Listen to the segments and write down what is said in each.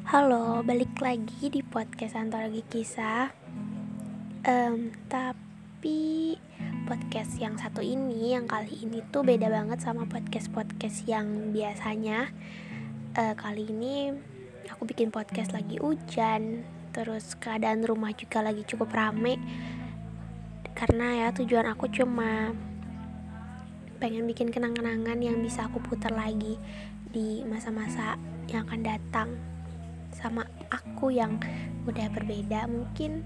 Halo, balik lagi di podcast Antologi Kisah. Tapi podcast yang satu ini, yang kali ini tuh beda banget sama podcast-podcast yang biasanya. Kali ini aku bikin podcast lagi hujan, terus keadaan rumah juga lagi cukup rame. Karena ya tujuan aku cuma pengen bikin kenang-kenangan yang bisa aku putar lagi di masa-masa yang akan datang sama aku yang udah berbeda. Mungkin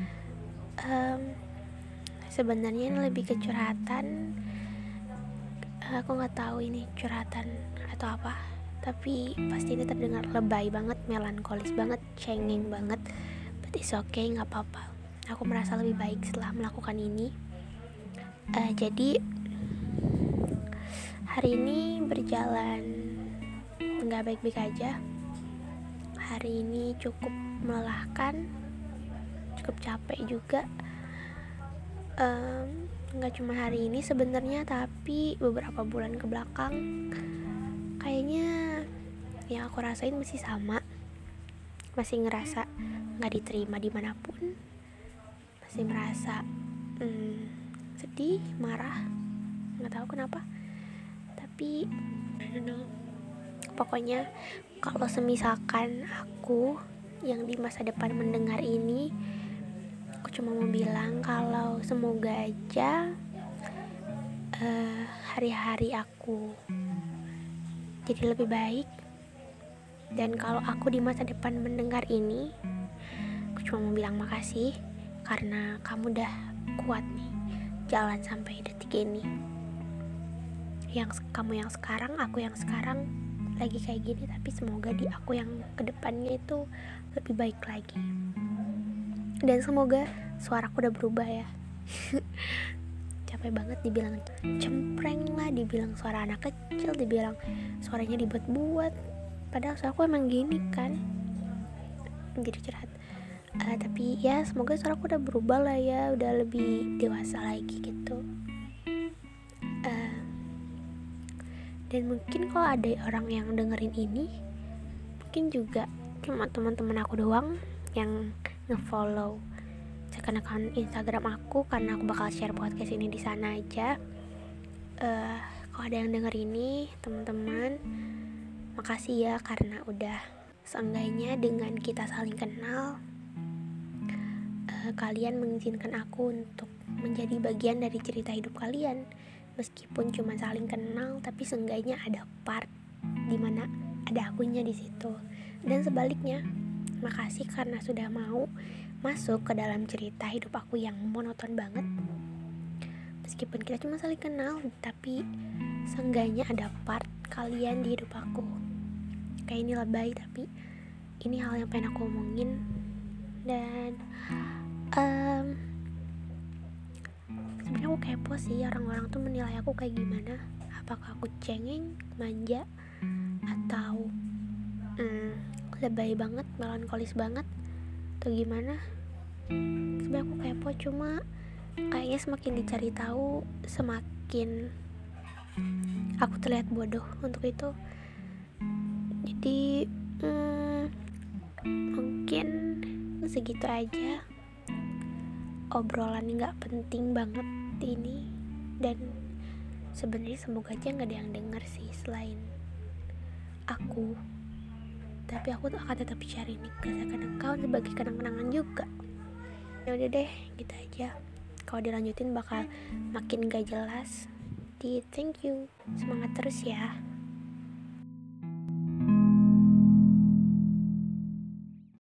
sebenarnya ini lebih ke curhatan. Aku nggak tahu ini curhatan atau apa, tapi pasti ini terdengar lebay banget, melankolis banget, cengeng banget, but it's okay, nggak apa-apa. Aku merasa lebih baik setelah melakukan ini. Jadi hari ini berjalan nggak baik-baik aja. Hari ini cukup melelahkan, cukup capek juga. Nggak cuma hari ini sebenarnya, tapi beberapa bulan ke belakang kayaknya yang aku rasain masih sama. Masih ngerasa nggak diterima dimanapun, masih merasa sedih, marah, nggak tahu kenapa. Tapi I don't know. Pokoknya kalau semisalkan aku yang di masa depan mendengar ini, aku cuma mau bilang kalau semoga aja hari-hari aku jadi lebih baik. Dan kalau aku di masa depan mendengar ini, aku cuma mau bilang makasih karena kamu udah kuat nih jalan sampai detik ini. Yang kamu yang sekarang, aku yang sekarang lagi kayak gini, tapi semoga di aku yang kedepannya itu lebih baik lagi. Dan semoga suaraku udah berubah ya. Capek banget dibilang cempreng lah, dibilang suara anak kecil, dibilang suaranya dibuat-buat, padahal suaraku emang gini kan. Jadi curhat. Tapi ya semoga suaraku udah berubah lah ya, udah lebih dewasa lagi gitu. Dan mungkin kalau ada orang yang dengerin ini, mungkin juga cuma teman-teman aku doang yang nge-follow akun Instagram aku, karena aku bakal share podcast ini di sana aja. Kalau ada yang denger ini, teman-teman, makasih ya karena udah seenggaknya dengan kita saling kenal, kalian mengizinkan aku untuk menjadi bagian dari cerita hidup kalian. Meskipun cuma saling kenal, tapi seenggaknya ada part dimana ada akunya di situ. Dan sebaliknya, makasih karena sudah mau masuk ke dalam cerita hidup aku yang monoton banget. Meskipun kita cuma saling kenal, tapi seenggaknya ada part kalian di hidup aku. Kayak ini lebay, tapi ini hal yang pengen aku omongin. Dan sebenarnya aku kepo sih orang-orang tuh menilai aku kayak gimana. Apakah aku cengeng, manja, atau lebay banget, melankolis banget, atau gimana? Sebenarnya aku kepo, cuma kayaknya semakin dicari tahu semakin aku terlihat bodoh untuk itu. Jadi mungkin segitu aja obrolan nggak penting banget ini. Dan sebenarnya semoga aja nggak ada yang denger sih selain aku, tapi aku akan tetap share ini ke second account sebagai kenang-kenangan juga. Ya udah deh, gitu aja. Kalau dilanjutin bakal makin gak jelas. Thank you, semangat terus ya.